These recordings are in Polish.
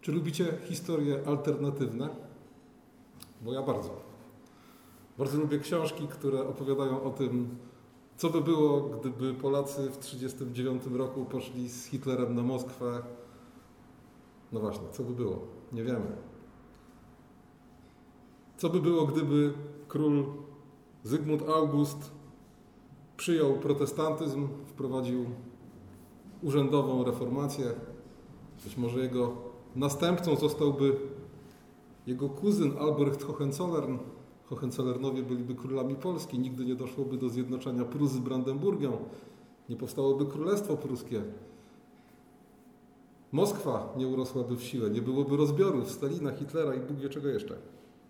Czy lubicie historie alternatywne? Bo ja bardzo. Bardzo lubię książki, które opowiadają o tym, co by było, gdyby Polacy w 1939 roku poszli z Hitlerem na Moskwę. No właśnie, co by było? Nie wiemy. Co by było, gdyby król Zygmunt August przyjął protestantyzm, wprowadził urzędową reformację? Być może jego następcą zostałby jego kuzyn Albrecht Hohenzollern. Hohenzollernowie byliby królami Polski. Nigdy nie doszłoby do zjednoczenia Prus z Brandenburgią. Nie powstałoby Królestwo Pruskie. Moskwa nie urosłaby w sile. Nie byłoby rozbiorów Stalina, Hitlera i Bóg wie czego jeszcze.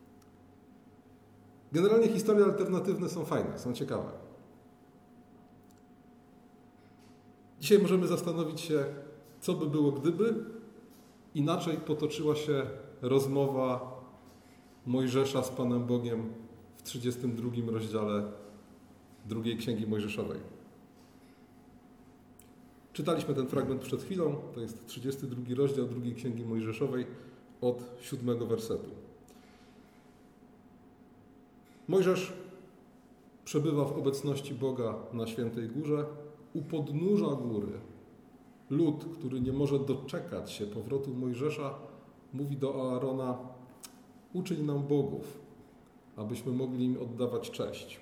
Generalnie historie alternatywne są fajne, są ciekawe. Dzisiaj możemy zastanowić się, co by było, gdyby inaczej potoczyła się rozmowa Mojżesza z Panem Bogiem w 32 rozdziale drugiej Księgi Mojżeszowej. Czytaliśmy ten fragment przed chwilą, to jest 32 rozdział drugiej Księgi Mojżeszowej od 7 wersetu. Mojżesz przebywa w obecności Boga na Świętej Górze. U podnóża góry lud, który nie może doczekać się powrotu Mojżesza, mówi do Aarona: uczyń nam bogów, abyśmy mogli im oddawać cześć.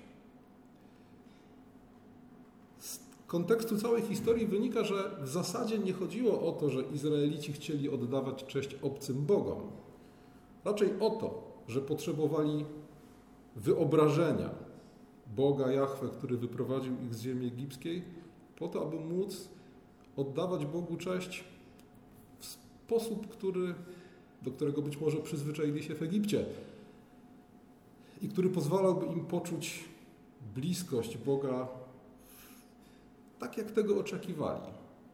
Z kontekstu całej historii wynika, że w zasadzie nie chodziło o to, że Izraelici chcieli oddawać cześć obcym bogom. Raczej o to, że potrzebowali wyobrażenia Boga Jahwe, który wyprowadził ich z ziemi egipskiej, po to, aby móc oddawać Bogu cześć w sposób, do którego być może przyzwyczaili się w Egipcie i który pozwalałby im poczuć bliskość Boga tak, jak tego oczekiwali.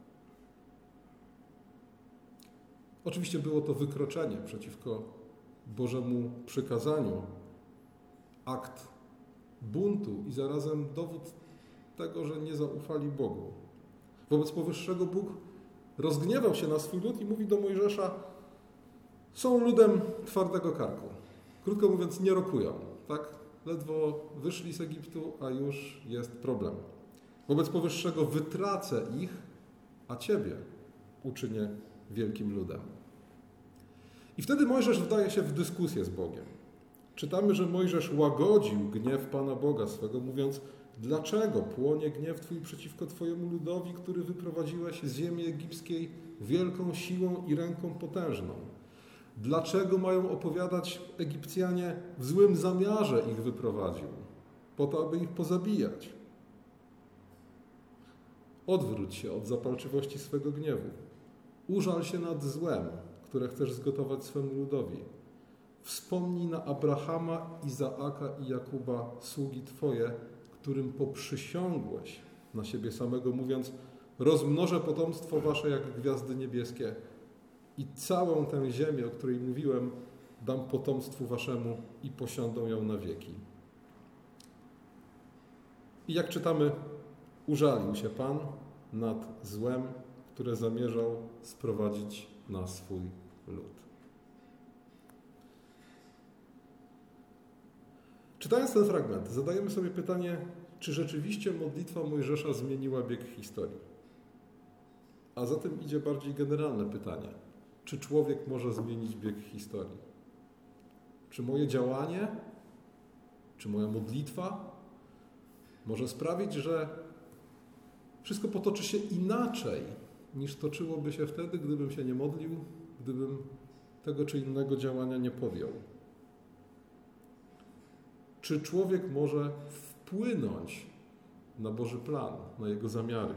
Oczywiście było to wykroczenie przeciwko Bożemu przykazaniu, akt buntu i zarazem dowód tego, że nie zaufali Bogu. Wobec powyższego Bóg rozgniewał się na swój lud i mówi do Mojżesza: są ludem twardego karku. Krótko mówiąc, nie rokują. Tak? Ledwo wyszli z Egiptu, a już jest problem. Wobec powyższego wytracę ich, a ciebie uczynię wielkim ludem. I wtedy Mojżesz wdaje się w dyskusję z Bogiem. Czytamy, że Mojżesz łagodził gniew Pana Boga swego, mówiąc: dlaczego płonie gniew Twój przeciwko Twojemu ludowi, który wyprowadziłeś z ziemi egipskiej wielką siłą i ręką potężną? Dlaczego mają opowiadać Egipcjanie, w złym zamiarze ich wyprowadził, po to, aby ich pozabijać? Odwróć się od zapalczywości swego gniewu. Użal się nad złem, które chcesz zgotować swemu ludowi. Wspomnij na Abrahama, Izaaka i Jakuba, sługi Twoje, którym poprzysiągłeś na siebie samego, mówiąc: rozmnożę potomstwo Wasze jak gwiazdy niebieskie i całą tę ziemię, o której mówiłem, dam potomstwu Waszemu i posiądą ją na wieki. I jak czytamy, użalił się Pan nad złem, które zamierzał sprowadzić na swój lud. Czytając ten fragment, zadajemy sobie pytanie, czy rzeczywiście modlitwa Mojżesza zmieniła bieg historii? A za tym idzie bardziej generalne pytanie. Czy człowiek może zmienić bieg historii? Czy moje działanie, czy moja modlitwa może sprawić, że wszystko potoczy się inaczej, niż toczyłoby się wtedy, gdybym się nie modlił, gdybym tego czy innego działania nie podjął? Czy człowiek może wpłynąć na Boży plan, na Jego zamiary?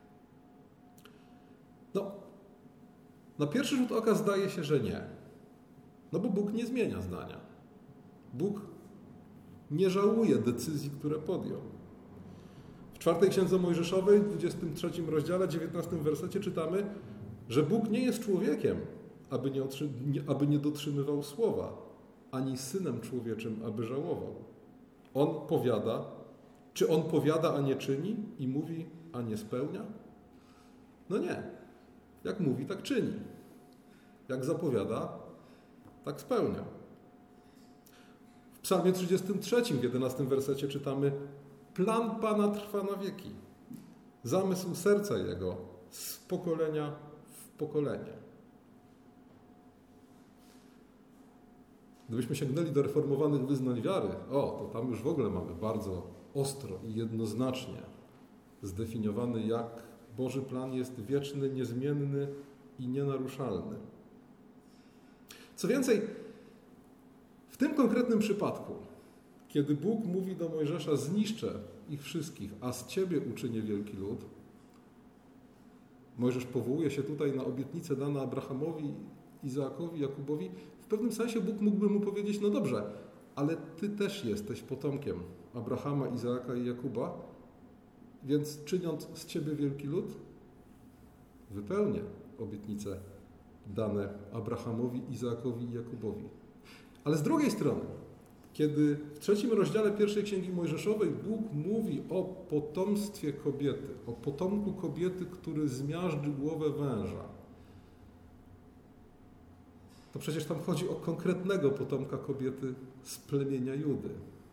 Na pierwszy rzut oka zdaje się, że nie. Bo Bóg nie zmienia zdania. Bóg nie żałuje decyzji, które podjął. W 4 Księdze Mojżeszowej, 23 rozdziale, 19 wersecie czytamy, że Bóg nie jest człowiekiem, aby nie dotrzymywał słowa, ani synem człowieczym, aby żałował. On powiada, czy On powiada, a nie czyni i mówi, a nie spełnia? No nie. Jak mówi, tak czyni. Jak zapowiada, tak spełnia. W Psalmie 33, w 11 wersecie czytamy: plan Pana trwa na wieki, zamysł serca Jego z pokolenia w pokolenie. Gdybyśmy sięgnęli do reformowanych wyznań wiary, to tam już w ogóle mamy bardzo ostro i jednoznacznie zdefiniowany, jak Boży plan jest wieczny, niezmienny i nienaruszalny. Co więcej, w tym konkretnym przypadku, kiedy Bóg mówi do Mojżesza: zniszczę ich wszystkich, a z ciebie uczynię wielki lud, Mojżesz powołuje się tutaj na obietnicę dane Abrahamowi, Izaakowi, Jakubowi. W pewnym sensie Bóg mógłby mu powiedzieć: no dobrze, ale ty też jesteś potomkiem Abrahama, Izaaka i Jakuba, więc czyniąc z ciebie wielki lud, wypełnię obietnice dane Abrahamowi, Izaakowi i Jakubowi. Ale z drugiej strony, kiedy w 3 rozdziale pierwszej Księgi Mojżeszowej Bóg mówi o potomstwie kobiety, o potomku kobiety, który zmiażdży głowę węża, to przecież tam chodzi o konkretnego potomka kobiety z plemienia Judy,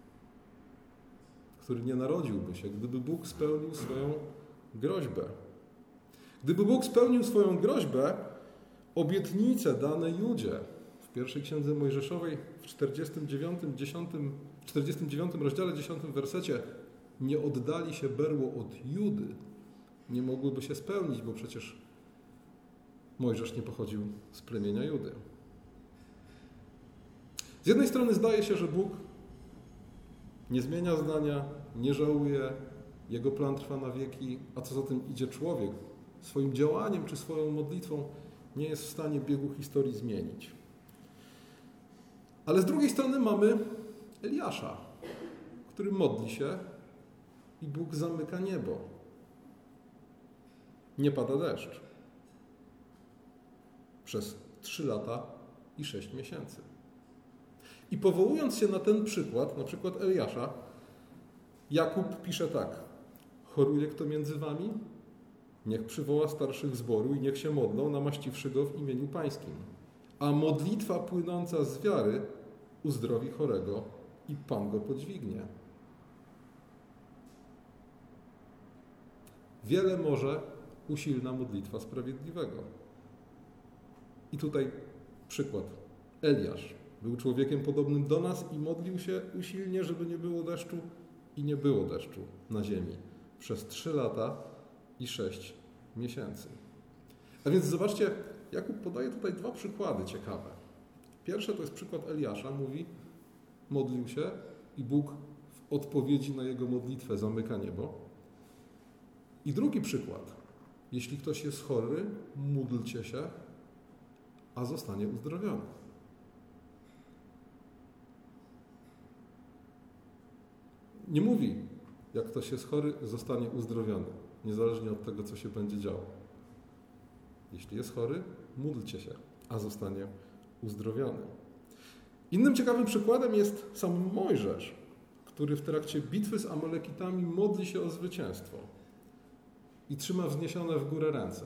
który nie narodziłby się, gdyby Bóg spełnił swoją groźbę. Gdyby Bóg spełnił swoją groźbę, obietnice dane Judzie w pierwszej Księdze Mojżeszowej w 49 rozdziale 10 wersecie: nie oddali się berło od Judy, nie mogłyby się spełnić, bo przecież Mojżesz nie pochodził z plemienia Judy. Z jednej strony zdaje się, że Bóg nie zmienia zdania, nie żałuje, Jego plan trwa na wieki, a co za tym idzie, człowiek swoim działaniem czy swoją modlitwą nie jest w stanie biegu historii zmienić. Ale z drugiej strony mamy Eliasza, który modli się i Bóg zamyka niebo. Nie pada deszcz. Przez 3 lata i 6 miesięcy. I powołując się na ten przykład, na przykład Eliasza, Jakub pisze tak: choruje kto między wami? Niech przywoła starszych zboru i niech się modlą, namaściwszy go w imieniu Pańskim. A modlitwa płynąca z wiary uzdrowi chorego i Pan go podźwignie. Wiele może usilna modlitwa sprawiedliwego. I tutaj przykład. Eliasz był człowiekiem podobnym do nas i modlił się usilnie, żeby nie było deszczu, i nie było deszczu na ziemi przez 3 lata i 6 miesięcy. A więc zobaczcie, Jakub podaje tutaj 2 przykłady ciekawe. Pierwsze to jest przykład Eliasza. Mówi: modlił się i Bóg w odpowiedzi na jego modlitwę zamyka niebo. I drugi przykład: jeśli ktoś jest chory, módlcie się, a zostanie uzdrowiony. Nie mówi, jak ktoś jest chory, zostanie uzdrowiony, niezależnie od tego, co się będzie działo. Jeśli jest chory, módlcie się, a zostanie uzdrowiony. Innym ciekawym przykładem jest sam Mojżesz, który w trakcie bitwy z Amalekitami modli się o zwycięstwo i trzyma wzniesione w górę ręce.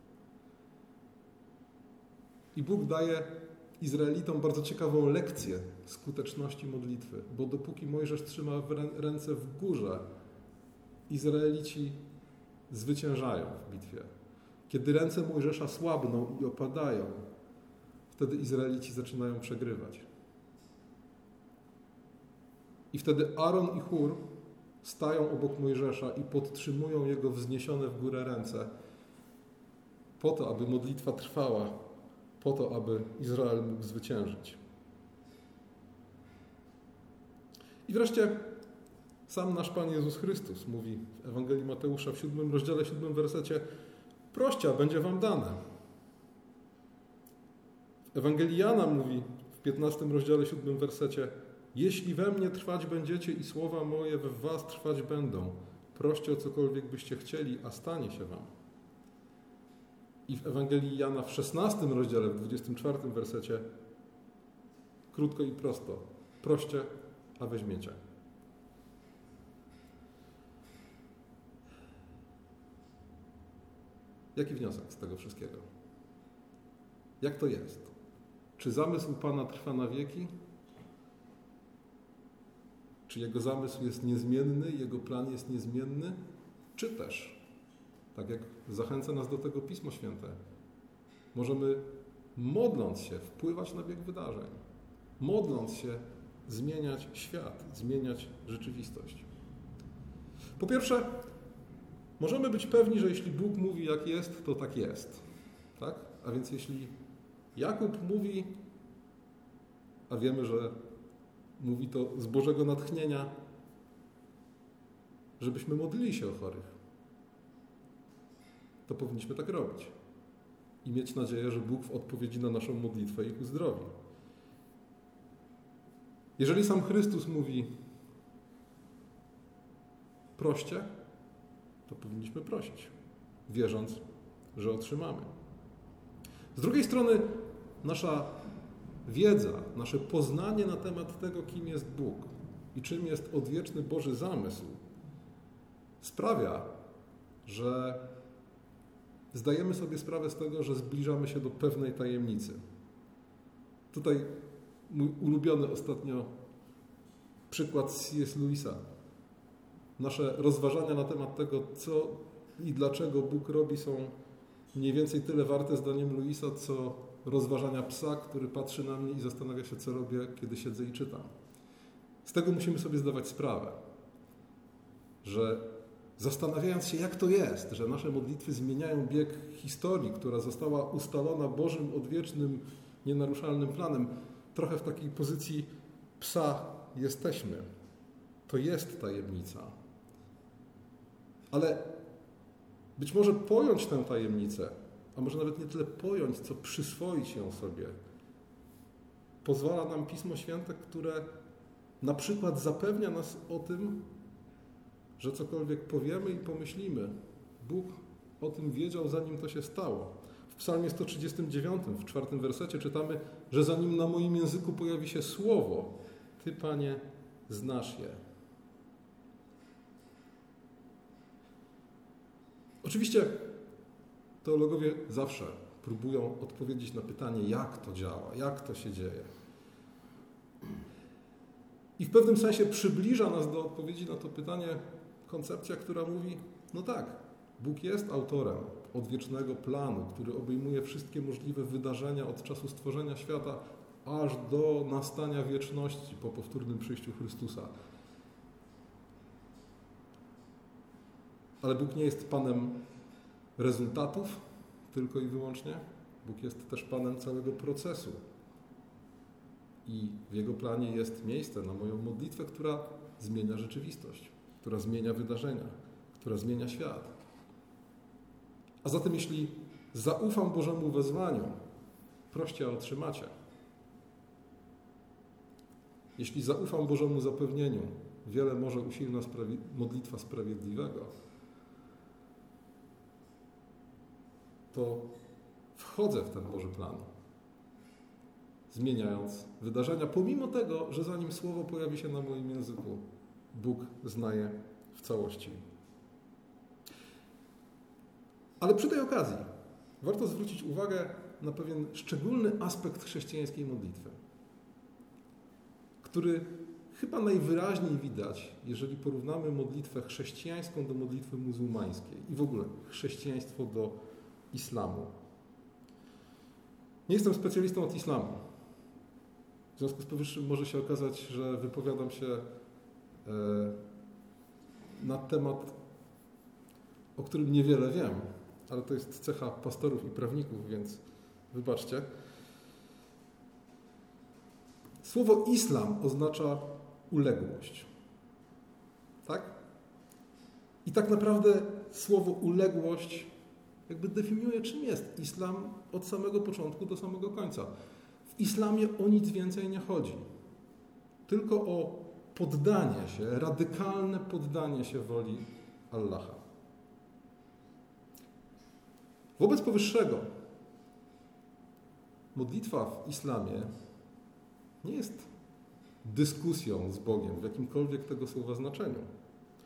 I Bóg daje Izraelitom bardzo ciekawą lekcję skuteczności modlitwy, bo dopóki Mojżesz trzyma ręce w górze, Izraelici zwyciężają w bitwie. Kiedy ręce Mojżesza słabną i opadają, wtedy Izraelici zaczynają przegrywać. I wtedy Aaron i Hur stają obok Mojżesza i podtrzymują jego wzniesione w górę ręce po to, aby modlitwa trwała, po to, aby Izrael mógł zwyciężyć. I wreszcie sam nasz Pan Jezus Chrystus mówi w Ewangelii Mateusza w 7 rozdziale, 7 wersecie: proście, a będzie wam dane. W Ewangelii Jana mówi w 15 rozdziale, 7 wersecie: jeśli we mnie trwać będziecie i słowa moje we was trwać będą, proście o cokolwiek byście chcieli, a stanie się wam. I w Ewangelii Jana w 16 rozdziale, w 24 wersecie, krótko i prosto: proście, a weźmiecie. Jaki wniosek z tego wszystkiego? Jak to jest? Czy zamysł Pana trwa na wieki? Czy Jego zamysł jest niezmienny, Jego plan jest niezmienny? Czy też, tak jak zachęca nas do tego Pismo Święte, możemy, modląc się, wpływać na bieg wydarzeń, modląc się, zmieniać świat, zmieniać rzeczywistość. Po pierwsze, możemy być pewni, że jeśli Bóg mówi jak jest, to tak jest. Tak? A więc jeśli Jakub mówi, a wiemy, że mówi to z Bożego natchnienia, żebyśmy modlili się o chorych, to powinniśmy tak robić. I mieć nadzieję, że Bóg w odpowiedzi na naszą modlitwę ich uzdrowi. Jeżeli sam Chrystus mówi proście, to powinniśmy prosić, wierząc, że otrzymamy. Z drugiej strony nasza wiedza, nasze poznanie na temat tego, kim jest Bóg i czym jest odwieczny Boży zamysł, sprawia, że zdajemy sobie sprawę z tego, że zbliżamy się do pewnej tajemnicy. Tutaj mój ulubiony ostatnio przykład z C.S. Lewisa. Nasze rozważania na temat tego, co i dlaczego Bóg robi, są mniej więcej tyle warte zdaniem Lewisa, co rozważania psa, który patrzy na mnie i zastanawia się, co robię, kiedy siedzę i czytam. Z tego musimy sobie zdawać sprawę, że zastanawiając się, jak to jest, że nasze modlitwy zmieniają bieg historii, która została ustalona Bożym, odwiecznym, nienaruszalnym planem, trochę w takiej pozycji psa jesteśmy. To jest tajemnica. Ale być może pojąć tę tajemnicę, a może nawet nie tyle pojąć, co przyswoić ją sobie, pozwala nam Pismo Święte, które na przykład zapewnia nas o tym, że cokolwiek powiemy i pomyślimy, Bóg o tym wiedział, zanim to się stało. W Psalmie 139, w 4 wersecie czytamy, że zanim na moim języku pojawi się słowo, Ty, Panie, znasz je. Oczywiście teologowie zawsze próbują odpowiedzieć na pytanie, jak to działa, jak to się dzieje. I w pewnym sensie przybliża nas do odpowiedzi na to pytanie koncepcja, która mówi, no tak, Bóg jest autorem odwiecznego planu, który obejmuje wszystkie możliwe wydarzenia od czasu stworzenia świata aż do nastania wieczności po powtórnym przyjściu Chrystusa. Ale Bóg nie jest Panem rezultatów tylko i wyłącznie. Bóg jest też Panem całego procesu. I w Jego planie jest miejsce na moją modlitwę, która zmienia rzeczywistość, która zmienia wydarzenia, która zmienia świat. A zatem jeśli zaufam Bożemu wezwaniu, proście, a otrzymacie. Jeśli zaufam Bożemu zapewnieniu, wiele może usilna modlitwa sprawiedliwego, to wchodzę w ten Boży plan, zmieniając wydarzenia, pomimo tego, że zanim słowo pojawi się na moim języku, Bóg zna je w całości. Ale przy tej okazji warto zwrócić uwagę na pewien szczególny aspekt chrześcijańskiej modlitwy, który chyba najwyraźniej widać, jeżeli porównamy modlitwę chrześcijańską do modlitwy muzułmańskiej i w ogóle chrześcijaństwo do islamu. Nie jestem specjalistą od islamu. W związku z powyższym może się okazać, że wypowiadam się na temat, o którym niewiele wiem, ale to jest cecha pastorów i prawników, więc wybaczcie. Słowo islam oznacza uległość. Tak? I tak naprawdę słowo uległość jakby definiuje, czym jest islam od samego początku do samego końca. W islamie o nic więcej nie chodzi. Tylko o poddanie się, radykalne poddanie się woli Allaha. Wobec powyższego modlitwa w islamie nie jest dyskusją z Bogiem w jakimkolwiek tego słowa znaczeniu.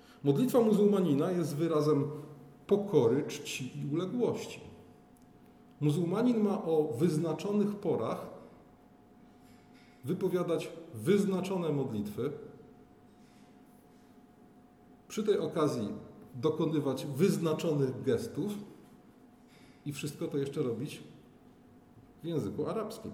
Modlitwa muzułmanina jest wyrazem pokory, czci i uległości. Muzułmanin ma o wyznaczonych porach wypowiadać wyznaczone modlitwy, przy tej okazji dokonywać wyznaczonych gestów i wszystko to jeszcze robić w języku arabskim.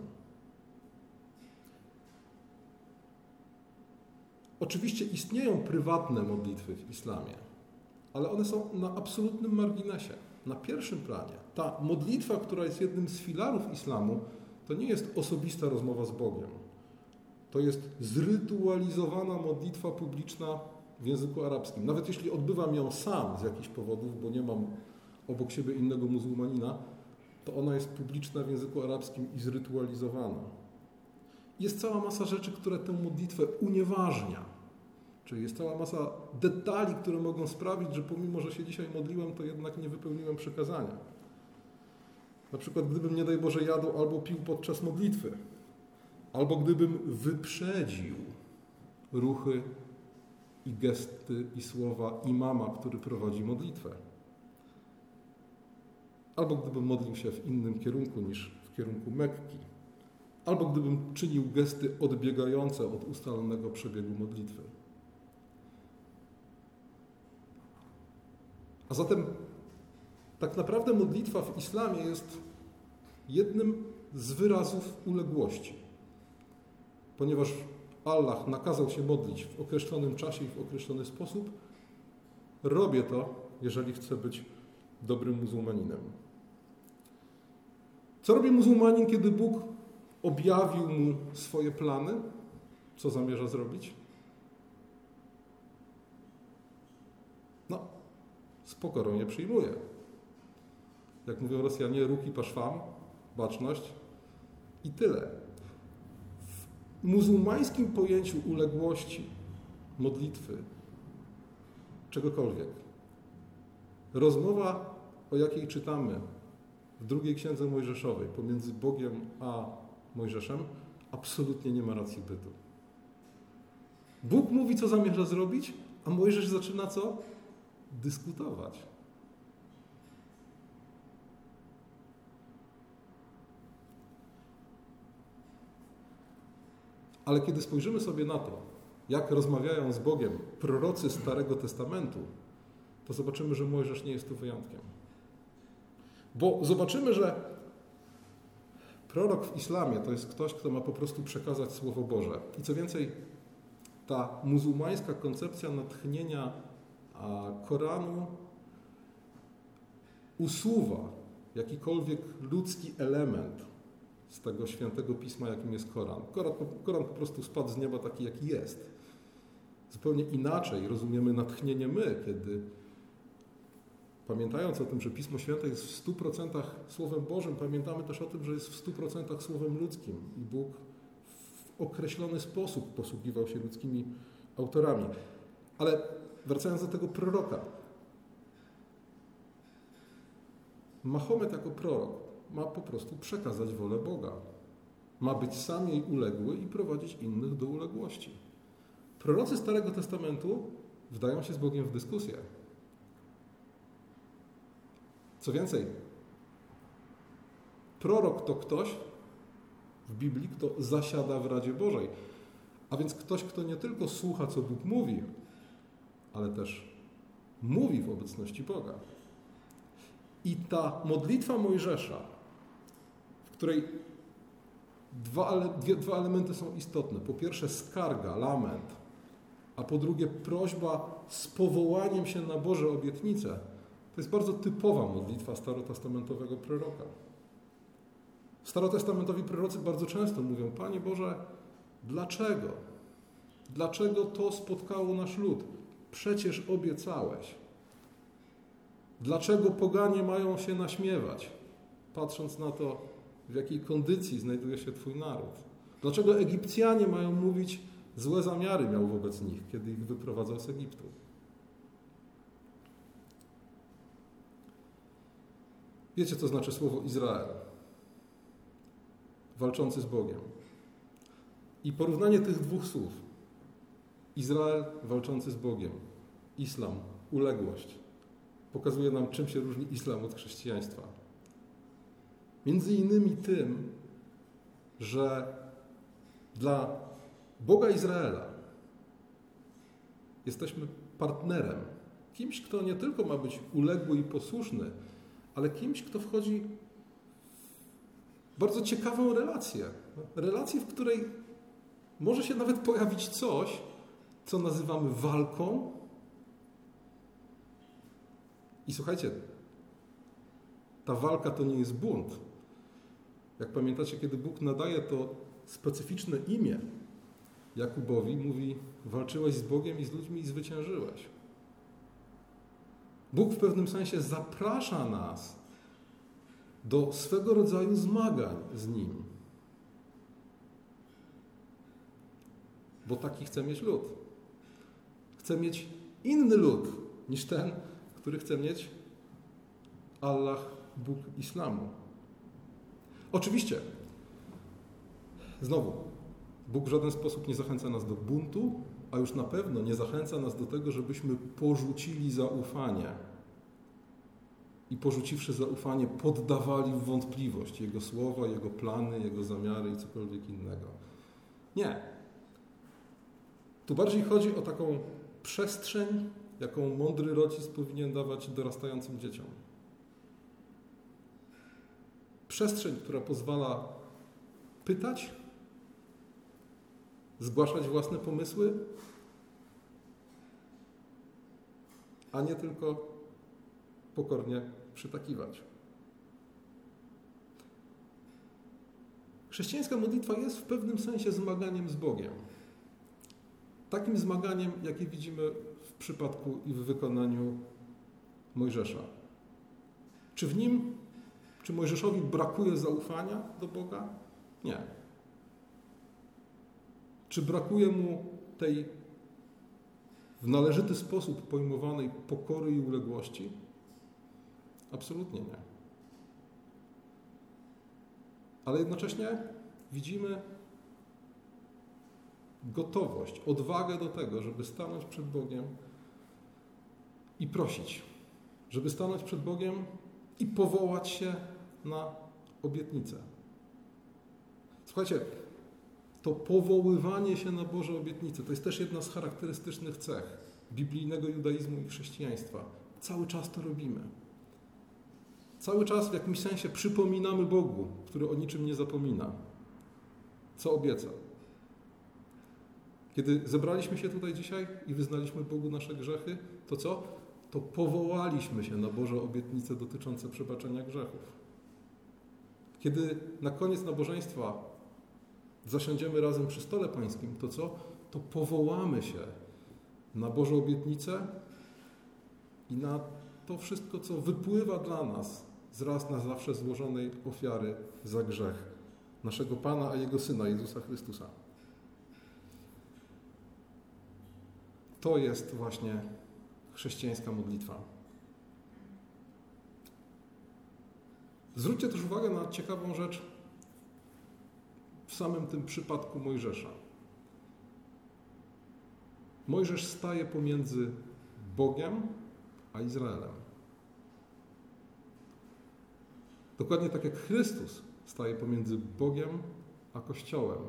Oczywiście istnieją prywatne modlitwy w islamie, ale one są na absolutnym marginesie, na pierwszym planie. Ta modlitwa, która jest jednym z filarów islamu, to nie jest osobista rozmowa z Bogiem. To jest zrytualizowana modlitwa publiczna w języku arabskim. Nawet jeśli odbywam ją sam z jakichś powodów, bo nie mam obok siebie innego muzułmanina, to ona jest publiczna w języku arabskim i zrytualizowana. Jest cała masa rzeczy, które tę modlitwę unieważnia. Czyli jest cała masa detali, które mogą sprawić, że pomimo, że się dzisiaj modliłem, to jednak nie wypełniłem przykazania. Na przykład gdybym, nie daj Boże, jadł albo pił podczas modlitwy, albo gdybym wyprzedził ruchy i gesty i słowa imama, który prowadzi modlitwę. Albo gdybym modlił się w innym kierunku niż w kierunku Mekki. Albo gdybym czynił gesty odbiegające od ustalonego przebiegu modlitwy. A zatem tak naprawdę modlitwa w islamie jest jednym z wyrazów uległości. Ponieważ Allah nakazał się modlić w określonym czasie i w określony sposób, robię to, jeżeli chcę być dobrym muzułmaninem. Co robi muzułmanin, kiedy Bóg objawił mu swoje plany? Co zamierza zrobić? No, z pokorą je przyjmuje. Jak mówią Rosjanie, ruki paszwam, baczność i tyle. W muzułmańskim pojęciu uległości, modlitwy, czegokolwiek, rozmowa, o jakiej czytamy w drugiej księdze Mojżeszowej pomiędzy Bogiem a Mojżeszem, absolutnie nie ma racji bytu. Bóg mówi, co zamierza zrobić, a Mojżesz zaczyna co? Dyskutować. Ale kiedy spojrzymy sobie na to, jak rozmawiają z Bogiem prorocy Starego Testamentu, to zobaczymy, że Mojżesz nie jest tu wyjątkiem. Bo zobaczymy, że prorok w islamie to jest ktoś, kto ma po prostu przekazać Słowo Boże. I co więcej, ta muzułmańska koncepcja natchnienia Koranu usuwa jakikolwiek ludzki element z tego świętego pisma, jakim jest Koran. Koran po prostu spadł z nieba taki, jaki jest. Zupełnie inaczej rozumiemy natchnienie my, kiedy pamiętając o tym, że Pismo Święte jest w 100% Słowem Bożym, pamiętamy też o tym, że jest w 100% Słowem ludzkim i Bóg w określony sposób posługiwał się ludzkimi autorami. Ale wracając do tego proroka. Mahomet jako prorok ma po prostu przekazać wolę Boga. Ma być sam jej uległy i prowadzić innych do uległości. Prorocy Starego Testamentu wdają się z Bogiem w dyskusję. Co więcej, prorok to ktoś w Biblii, kto zasiada w Radzie Bożej. A więc ktoś, kto nie tylko słucha, co Bóg mówi, ale też mówi w obecności Boga. I ta modlitwa Mojżesza, w której dwa elementy są istotne. Po pierwsze skarga, lament, a po drugie prośba z powołaniem się na Boże obietnice. To jest bardzo typowa modlitwa starotestamentowego proroka. Starotestamentowi prorocy bardzo często mówią: Panie Boże, dlaczego? Dlaczego to spotkało nasz lud? Przecież obiecałeś. Dlaczego poganie mają się naśmiewać, patrząc na to, w jakiej kondycji znajduje się Twój naród? Dlaczego Egipcjanie mają mówić, złe zamiary miał wobec nich, kiedy ich wyprowadzał z Egiptu? Wiecie, co znaczy słowo Izrael? Walczący z Bogiem. I porównanie tych dwóch słów. Izrael walczący z Bogiem. Islam, uległość. Pokazuje nam, czym się różni islam od chrześcijaństwa. Między innymi tym, że dla Boga Izraela jesteśmy partnerem. Kimś, kto nie tylko ma być uległy i posłuszny, ale kimś, kto wchodzi w bardzo ciekawą relację. Relację, w której może się nawet pojawić coś, co nazywamy walką. I słuchajcie, ta walka to nie jest bunt. Jak pamiętacie, kiedy Bóg nadaje to specyficzne imię Jakubowi, mówi: walczyłeś z Bogiem i z ludźmi i zwyciężyłeś. Bóg w pewnym sensie zaprasza nas do swego rodzaju zmagań z Nim. Bo taki chce mieć lud. Chce mieć inny lud niż ten, który chce mieć Allah, Bóg Islamu. Oczywiście, znowu, Bóg w żaden sposób nie zachęca nas do buntu, a już na pewno nie zachęca nas do tego, żebyśmy porzucili zaufanie i porzuciwszy zaufanie, poddawali w wątpliwość Jego słowa, Jego plany, Jego zamiary i cokolwiek innego. Nie. Tu bardziej chodzi o taką przestrzeń, jaką mądry rodzic powinien dawać dorastającym dzieciom. Przestrzeń, która pozwala pytać, zgłaszać własne pomysły, a nie tylko pokornie przytakiwać. Chrześcijańska modlitwa jest w pewnym sensie zmaganiem z Bogiem. Takim zmaganiem, jakie widzimy w przypadku i w wykonaniu Mojżesza. Czy Mojżeszowi brakuje zaufania do Boga? Nie. Czy brakuje mu tej w należyty sposób pojmowanej pokory i uległości? Absolutnie nie. Ale jednocześnie widzimy gotowość, odwagę do tego, żeby stanąć przed Bogiem i prosić. Żeby stanąć przed Bogiem i powołać się na obietnicę. Słuchajcie, to powoływanie się na Boże obietnice to jest też jedna z charakterystycznych cech biblijnego judaizmu i chrześcijaństwa. Cały czas to robimy. Cały czas w jakimś sensie przypominamy Bogu, który o niczym nie zapomina, co obiecał. Kiedy zebraliśmy się tutaj dzisiaj i wyznaliśmy Bogu nasze grzechy, to co? To powołaliśmy się na Boże obietnice dotyczące przebaczenia grzechów. Kiedy na koniec nabożeństwa zasiądziemy razem przy stole pańskim, to co? To powołamy się na Boże obietnice i na to wszystko, co wypływa dla nas z raz na zawsze złożonej ofiary za grzech naszego Pana, a Jego Syna, Jezusa Chrystusa. To jest właśnie chrześcijańska modlitwa. Zwróćcie też uwagę na ciekawą rzecz w samym tym przypadku Mojżesza. Mojżesz staje pomiędzy Bogiem a Izraelem. Dokładnie tak jak Chrystus staje pomiędzy Bogiem a Kościołem.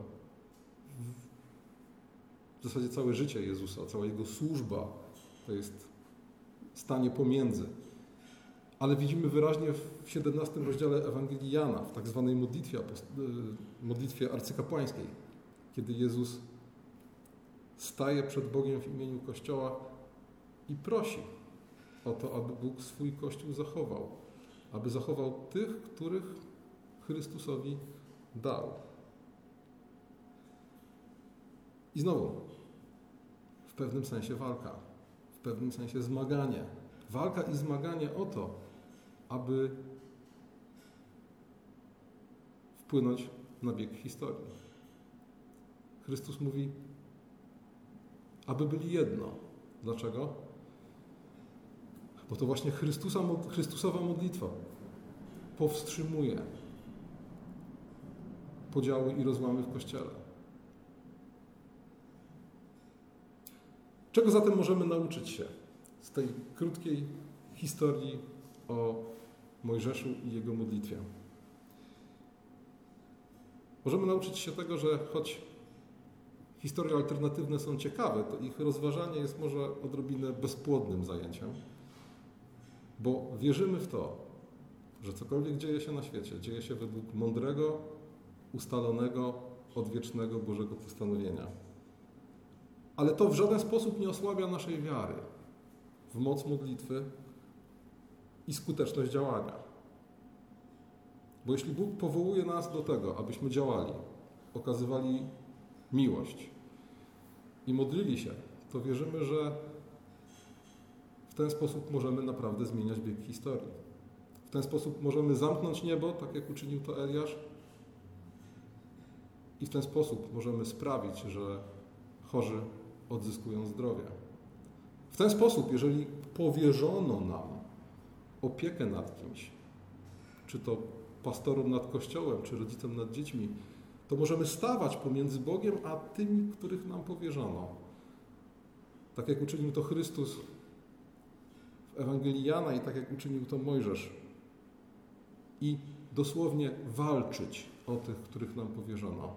W zasadzie całe życie Jezusa, cała Jego służba to jest stanie pomiędzy. Ale widzimy wyraźnie w 17 rozdziale Ewangelii Jana, w tak zwanej modlitwie arcykapłańskiej, kiedy Jezus staje przed Bogiem w imieniu Kościoła i prosi o to, aby Bóg swój Kościół zachował, aby zachował tych, których Chrystusowi dał. I znowu, w pewnym sensie walka, w pewnym sensie zmaganie. Walka i zmaganie o to, aby wpłynąć na bieg historii. Chrystus mówi, aby byli jedno. Dlaczego? Bo to właśnie Chrystusowa modlitwa powstrzymuje podziały i rozłamy w Kościele. Czego zatem możemy nauczyć się z tej krótkiej historii o Mojżeszu i jego modlitwie? Możemy nauczyć się tego, że choć historie alternatywne są ciekawe, to ich rozważanie jest może odrobinę bezpłodnym zajęciem, bo wierzymy w to, że cokolwiek dzieje się na świecie, dzieje się według mądrego, ustalonego, odwiecznego Bożego postanowienia. Ale to w żaden sposób nie osłabia naszej wiary w moc modlitwy i skuteczność działania. Bo jeśli Bóg powołuje nas do tego, abyśmy działali, okazywali miłość i modlili się, to wierzymy, że w ten sposób możemy naprawdę zmieniać bieg historii. W ten sposób możemy zamknąć niebo, tak jak uczynił to Eliasz, i w ten sposób możemy sprawić, że chorzy odzyskują zdrowie. W ten sposób, jeżeli powierzono nam opiekę nad kimś, czy to pastorom nad Kościołem, czy rodzicom nad dziećmi, to możemy stawać pomiędzy Bogiem a tymi, których nam powierzono. Tak jak uczynił to Chrystus w Ewangelii Jana i tak jak uczynił to Mojżesz. I dosłownie walczyć o tych, których nam powierzono.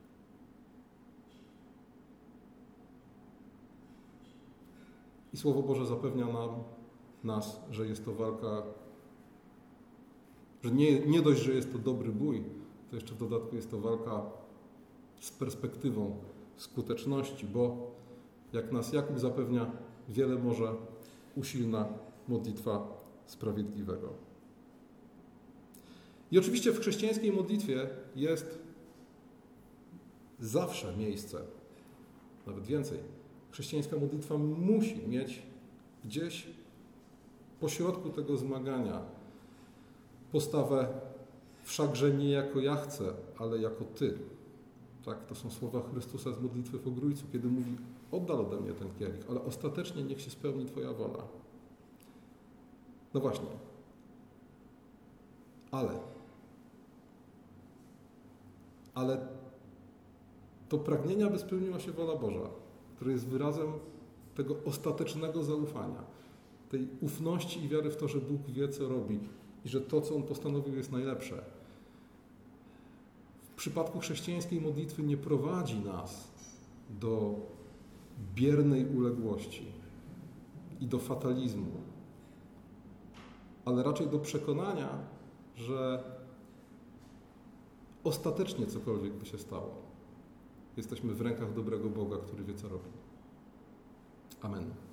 I Słowo Boże zapewnia nas, że jest to walka, że nie dość, że jest to dobry bój, to jeszcze w dodatku jest to walka z perspektywą skuteczności, bo jak nas Jakub zapewnia, wiele może usilna modlitwa sprawiedliwego. I oczywiście w chrześcijańskiej modlitwie jest zawsze miejsce, nawet więcej. Chrześcijańska modlitwa musi mieć gdzieś pośrodku tego zmagania postawę wszakże nie jako ja chcę, ale jako Ty. Tak, to są słowa Chrystusa z modlitwy w Ogrójcu, kiedy mówi: oddal ode mnie ten kielich, ale ostatecznie niech się spełni Twoja wola. No właśnie. Ale to pragnienia, by spełniła się wola Boża, które jest wyrazem tego ostatecznego zaufania, tej ufności i wiary w to, że Bóg wie, co robi i że to, co On postanowił, jest najlepsze. W przypadku chrześcijańskiej modlitwy nie prowadzi nas do biernej uległości i do fatalizmu, ale raczej do przekonania, że ostatecznie cokolwiek by się stało, jesteśmy w rękach dobrego Boga, który wie, co robi. Amen.